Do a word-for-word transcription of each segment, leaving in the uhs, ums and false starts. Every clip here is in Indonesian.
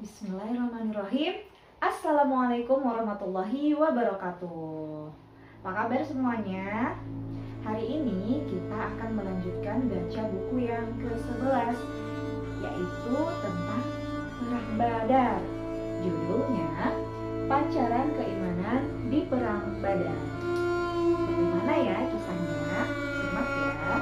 Bismillahirrahmanirrahim. Assalamualaikum warahmatullahi wabarakatuh. Apa kabar semuanya? Hari ini kita akan melanjutkan baca buku yang ke sebelas, yaitu tentang Perang Badar. Judulnya Pancaran Keimanan di Perang Badar. Bagaimana ya kisahnya? Simak ya.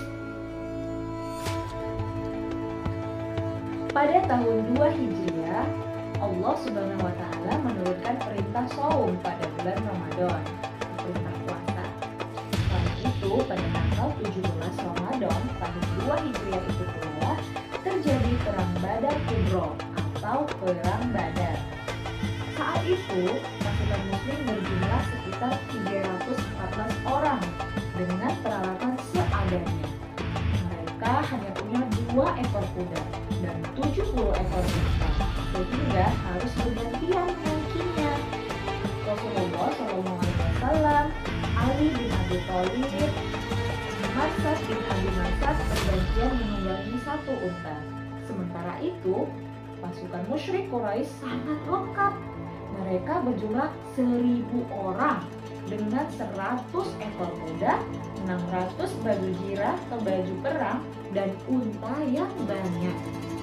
Pada tahun dua Hijriah, Allah Subhanahu wa Ta'ala menurunkan perintah shaum pada bulan Ramadan, perintah puasa. Karena itu, pada tanggal tujuh belas Ramadan tahun dua Hijriah itu pula terjadi Perang Badar Kubro atau Perang Badar. Saat itu, pasukan muslim berjumlah sekitar tiga ratus empat belas orang dengan peralatan seadanya. Mereka hanya punya dua ekor kuda dan tujuh puluh ekor unta, sehingga harus bergantian menaikinya. Rasulullah shallallahu alaihi wasallam, Ali bin Abi Thalib, Marsad bin Abi Marsad bergantian menunggangi satu unta. Sementara itu, pasukan musyrik Quraisy sangat lengkap. Mereka berjumlah seribu orang dengan seratus ekor kuda, enam ratus baju jirah atau baju perang, dan unta yang banyak.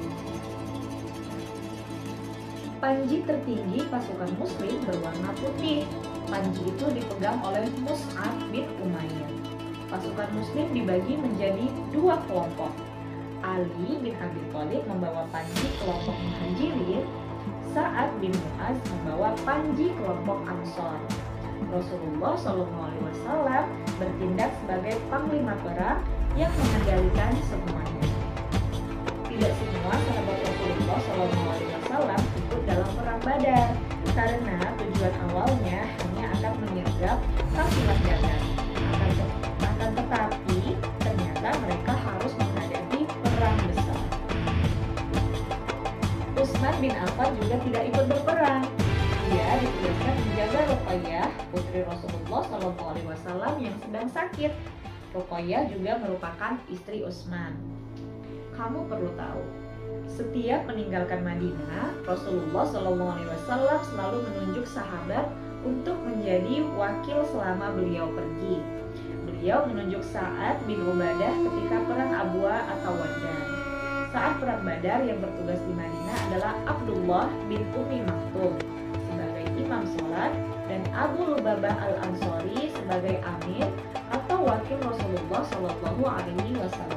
Panji tertinggi pasukan muslim berwarna putih. Panji itu dipegang oleh Mus'ab bin Umayyah. Pasukan muslim dibagi menjadi dua kelompok. Ali bin Abi Thalib membawa panji kelompok Muhajirin, Sa'ad bin Mu'az membawa panji kelompok Ansor. Rasulullah shallallahu alaihi wasallam bertindak sebagai panglima perang yang mengendalikan semuanya. Tidak semua sahabat Rasulullah shallallahu alaihi wasallam ikut dalam perang Badar karena tujuan awalnya hanya akan menyergap kafilah dagang. Akan, akan tetapi ternyata mereka harus menghadapi perang besar. Utsman bin Affan juga tidak ikut berperang. Dia ditugaskan menjaga Ruqayyah, putri Rasulullah shallallahu alaihi wasallam yang sedang sakit. Ruqayyah juga merupakan istri Utsman. Kamu perlu tahu, setiap meninggalkan Madinah, Rasulullah shallallahu alaihi wasallam selalu menunjuk sahabat untuk menjadi wakil selama beliau pergi. Beliau menunjuk Sa'ad bin Ubadah ketika perang Abwa atau Wadan. Saat perang Badar yang bertugas di Madinah adalah Abdullah bin Umi Maktum sebagai imam sholat dan Abu Lubabah al-Ansori sebagai amir atau wakil Rasulullah shallallahu alaihi wasallam.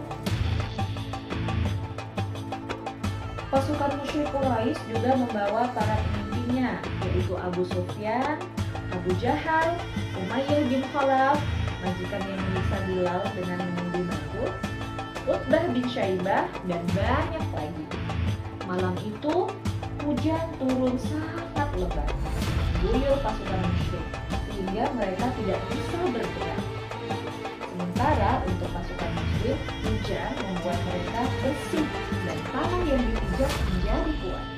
Pasukan musyrik Quraisy juga membawa para pemimpinnya, yaitu Abu Sufyan, Abu Jahal, Umayyah bin Khalaf, majikannya Nisa Bilal dengan mengundi batu, Utbah bin Syaibah, dan banyak lagi. Malam itu, hujan turun sangat lebat, mengguyur pasukan musyrik, sehingga mereka tidak bisa bergerak. Sementara untuk pasukan muslim, hujan membuat mereka bersih dan tanah yang dipijak menjadi kuat.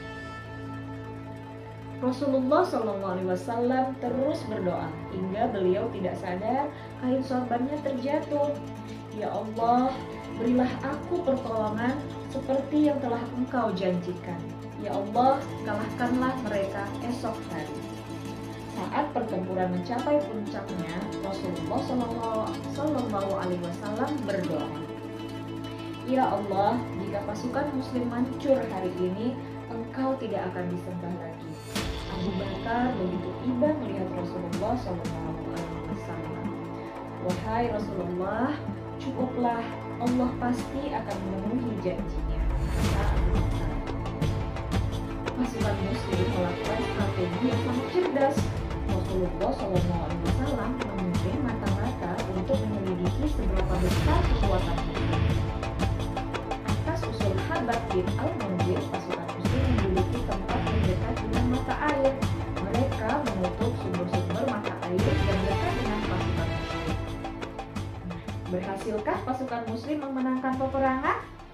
Rasulullah shallallahu alaihi wasallam terus berdoa hingga beliau tidak sadar kain sorbannya terjatuh. Ya Allah, berilah aku pertolongan seperti yang telah Engkau janjikan. Ya Allah, kalahkanlah mereka esok hari. Saat pertempuran mencapai puncaknya, Rasulullah shallallahu alaihi wasallam berdoa, Ya Allah, jika pasukan muslim mancur hari ini, Engkau tidak akan disembah lagi. Abu Bakar begitu iba melihat Rasulullah shallallahu alaihi wasallam. Wahai Rasulullah, cukuplah, Allah pasti akan memenuhi janjinya. Kata Abu Bakar. Pasukan muslim melakukan strategi yang sangat cerdas. Rasulullah shallallahu alaihi wasallam memimpin mata-mata untuk menyelidiki seberapa besar kekuatan muslim. Atas usul Habab bin Al-Munzir, pasukan muslim menduduki tempat yang dekat dengan mata air. Mereka menutup sumber-sumber mata air yang dekat dengan pasukan muslim. Berhasilkah pasukan muslim memenangkan peperangan?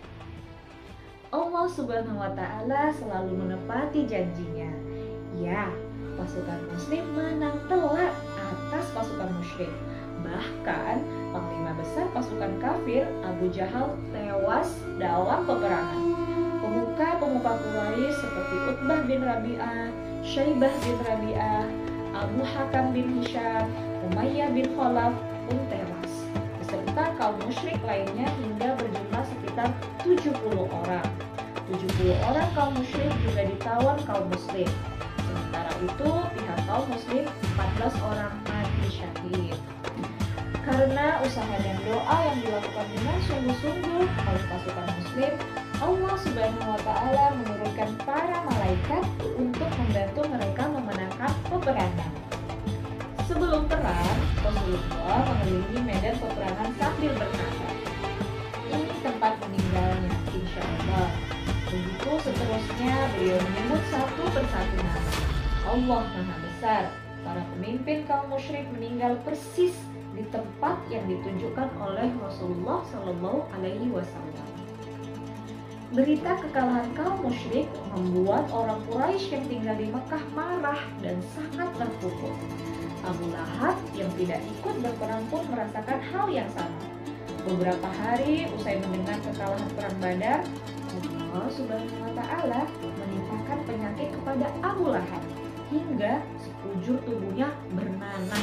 Allah Subhanahu wa Ta'ala selalu menepati janjinya. Ya, pasukan muslim menang telak atas pasukan musyrik. Bahkan panglima besar pasukan kafir Abu Jahal tewas dalam peperangan. Pemuka-pemuka Quraisy seperti Utbah bin Rabi'ah, Syaibah bin Rabi'ah, Abu Hakam bin Hisham, Umayyah bin Khalaf pun tewas, beserta kaum musyrik lainnya hingga berjumlah sekitar tujuh puluh orang. tujuh puluh orang kaum musyrik juga ditawan kaum muslim. Sementara itu pihak kaum muslim empat belas orang mati syahid. Karena usaha dan doa yang dilakukan dengan sungguh-sungguh oleh pasukan muslim, Allah Subhanahu wa Ta'ala menurunkan para malaikat untuk membantu mereka memenangkan peperangan. Sebelum perang, Rasulullah mengelilingi medan peperangan sambil berkata, "Ini tempat meninggalnya, insya Allah." Begitu seterusnya beliau menyebut satu persatu nama. Allah Maha Besar. Para pemimpin kaum musyrik meninggal persis di tempat yang ditunjukkan oleh Rasulullah Shallallahu Alaihi Wasallam. Berita kekalahan kaum musyrik membuat orang Quraisy yang tinggal di Mekah marah dan sangat terpukul. Abu Lahab yang tidak ikut berperang pun merasakan hal yang sama. Beberapa hari usai mendengar kekalahan perang Badar, Allah Subhanahu wa Ta'ala menimpakan penyakit kepada Abu Lahab hingga sekujur tubuhnya bernanah.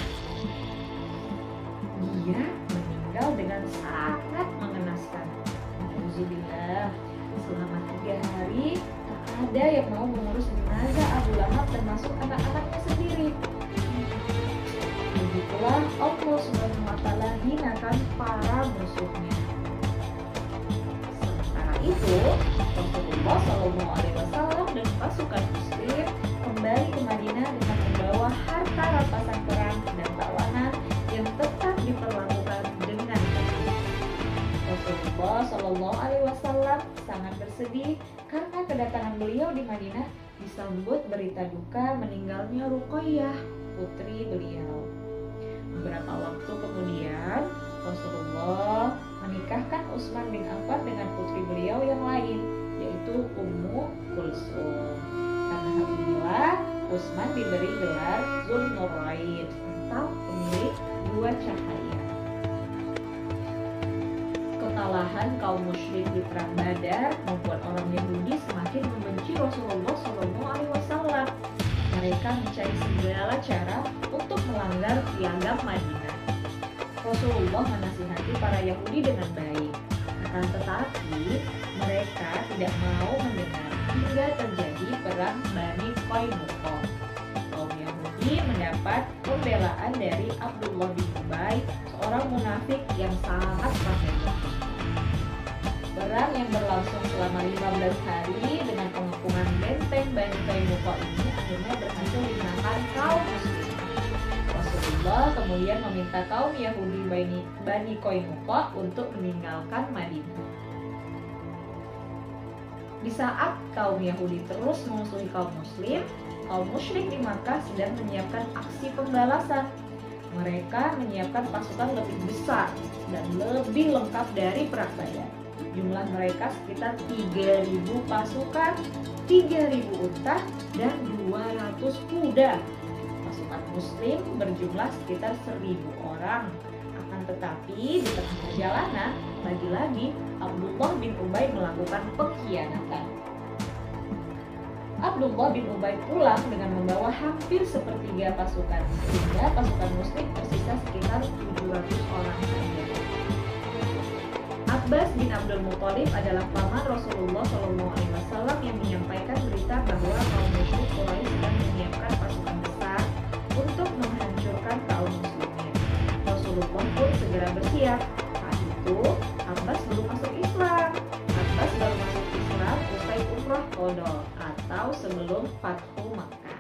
Dia meninggal dengan sangat mengenaskan. Alhamdulillah, selama tiga hari tak ada yang mau mengurus jenazah Abu Lahab termasuk anak-anaknya sendiri. Begitulah Allah Subhanahu wa Ta'ala hinakan para musuhnya. Sementara itu, Rasulullah Shallallahu Alaihi Wasallam dan pasukan muslim kembali ke Madinah dengan membawa harta rampasan perang dan tawanan yang tetap diperlakukan dengan baik. Rasulullah Shallallahu Alaihi Wasallam sangat bersedih karena kedatangan beliau di Madinah disambut berita duka meninggalnya Ruqayyah, putri beliau. Beberapa waktu kemudian, Rasulullah menikahkan Utsman bin Affan dengan putri beliau yang lain, yaitu Ummu Kulsum. Karena hal inilah Utsman diberi gelar Dzulnurain atau pemilik dua cahaya. Kekalahan kaum musyrik di perang Badar membuat orang Yahudi semakin membenci Rasulullah Shallallahu Alaihi Wasallam. Mereka mencari segala cara untuk melanggar piagam Madinah. Rasulullah menasihati para Yahudi dengan baik, akan tetapi mereka tidak mau mendengar hingga terjadi perang Bani Qainuqa. Kaum Yahudi mendapat pembelaan dari Abdullah bin Ubay, seorang munafik yang sangat strategis. Perang yang berlangsung selama lima belas hari dengan pengepungan benteng Bani Qainuqa ini akhirnya berhasil dimenangkan kaum muslim. Rasulullah kemudian meminta kaum Yahudi Bani, Bani Qainuqa untuk meninggalkan Madinah. Di saat kaum Yahudi terus memusuhi kaum muslim, kaum musyrik di Makkah sedang menyiapkan aksi pembalasan. Mereka menyiapkan pasukan lebih besar dan lebih lengkap dari perang Badar. Jumlah mereka sekitar tiga ribu pasukan, tiga ribu unta, dan dua ratus kuda. Pasukan muslim berjumlah sekitar seribu orang. Akan tetapi di tengah perjalanan, lagi-lagi Abdullah bin Ubay melakukan pengkhianatan. Abdullah bin Ubay pulang dengan membawa hampir sepertiga pasukan, sehingga pasukan muslim tersisa sekitar tujuh ratus orang saja. Abbas bin Abdul Muthalib adalah paman Rasulullah Shallallahu Alaihi Wasallam yang menyampaikan berita bahwa kaum musyrik Quraisy sedang menyiapkan pasukan besar untuk menghancurkan kaum muslimin. Rasulullah pun segera bersiap. Saat itu Abbas belum masuk Islam. Abbas baru masuk Islam usai umrah qadha atau sebelum Fathu Makkah.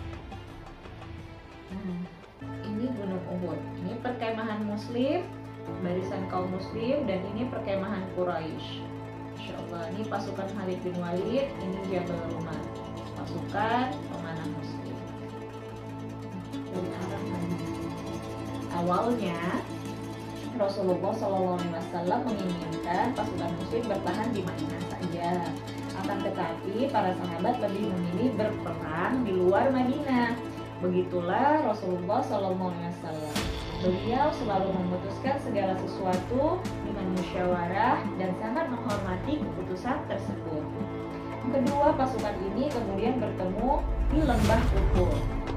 Nah, ini Gunung Uhud. Ini perkemahan muslim, barisan kaum muslim, dan ini perkemahan Quraisy. Insya Allah, ini pasukan Khalid bin Walid, ini Jabal Rumah, pasukan pemanah muslim dari arah Madinah. Awalnya Rasulullah Shallallahu Alaihi Wasallam menginginkan pasukan muslim bertahan di Madinah saja. Akan tetapi para sahabat lebih memilih berperang di luar Madinah. Begitulah Rasulullah Shallallahu Alaihi Wasallam. Beliau selalu memutuskan segala sesuatu dengan musyawarah dan sangat menghormati keputusan tersebut. kedua pasukan ini kemudian bertemu di lembah Uhud.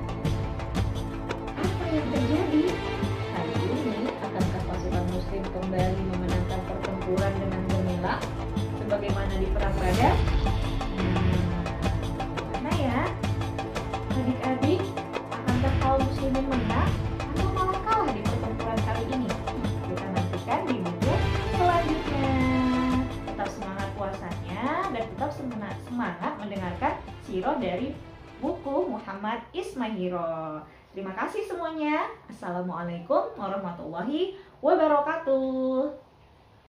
Apa yang terjadi? Kali ini akankah pasukan muslim kembali memenangkan pertempuran dengan gemilang sebagaimana di perang Badar? Hmm, mana ya? Adik-adik, akankah kaum muslimin menang atau malah kalah di pertempuran kali ini? Kita nantikan di buku selanjutnya. Tetap semangat puasanya dan tetap semangat, semangat mendengarkan sirah dari buku Muhammad Ismairo. Terima kasih semuanya. Assalamualaikum warahmatullahi wabarakatuh.